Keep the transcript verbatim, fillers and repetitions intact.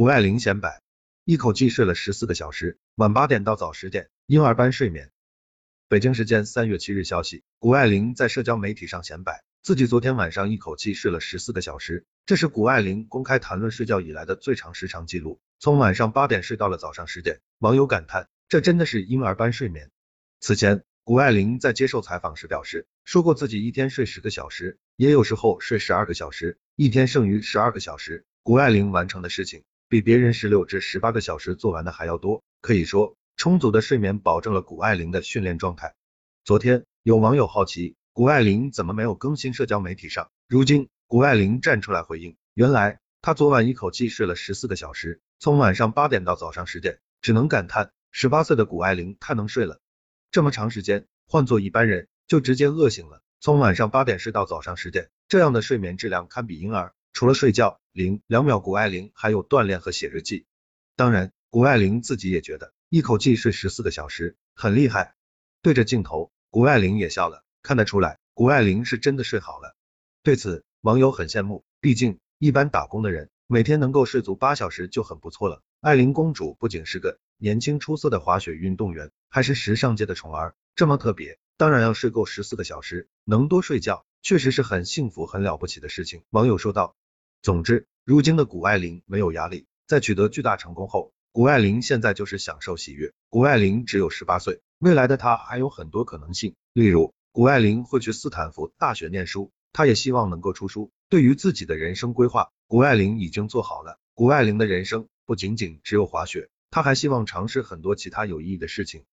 谷爱凌显摆，一口气睡了十四个小时，晚八点到早十点，婴儿般睡眠。北京时间三月七日消息，谷爱凌在社交媒体上显摆，自己昨天晚上一口气睡了十四个小时，这是谷爱凌公开谈论睡觉以来的最长时长记录，从晚上八点睡到了早上十点。网友感叹，这真的是婴儿般睡眠。此前，谷爱凌在接受采访时表示，说过自己一天睡十个小时，也有时候睡十二个小时，一天剩余十二个小时。谷爱凌完成的事情比别人十六至十八个小时做完的还要多，可以说充足的睡眠保证了谷爱凌的训练状态。昨天有网友好奇谷爱凌怎么没有更新社交媒体上，如今谷爱凌站出来回应，原来她昨晚一口气睡了十四个小时，从晚上八点到早上十点，只能感叹十八岁的谷爱凌太能睡了。这么长时间，换做一般人就直接饿醒了，从晚上八点睡到早上十点，这样的睡眠质量堪比婴儿。除了睡觉，零两秒谷爱凌还有锻炼和写日记。当然，谷爱凌自己也觉得一口气睡十四个小时很厉害。对着镜头，谷爱凌也笑了，看得出来，谷爱凌是真的睡好了。对此，网友很羡慕，毕竟一般打工的人每天能够睡足八小时就很不错了。爱凌公主不仅是个年轻出色的滑雪运动员，还是时尚界的宠儿，这么特别，当然要睡够十四个小时，能多睡觉，确实是很幸福很了不起的事情。网友说道。总之，如今的谷爱凌没有压力，在取得巨大成功后，谷爱凌现在就是享受喜悦。谷爱凌只有十八岁，未来的她还有很多可能性，例如谷爱凌会去斯坦福大学念书，她也希望能够出书。对于自己的人生规划，谷爱凌已经做好了。谷爱凌的人生不仅仅只有滑雪，她还希望尝试很多其他有意义的事情，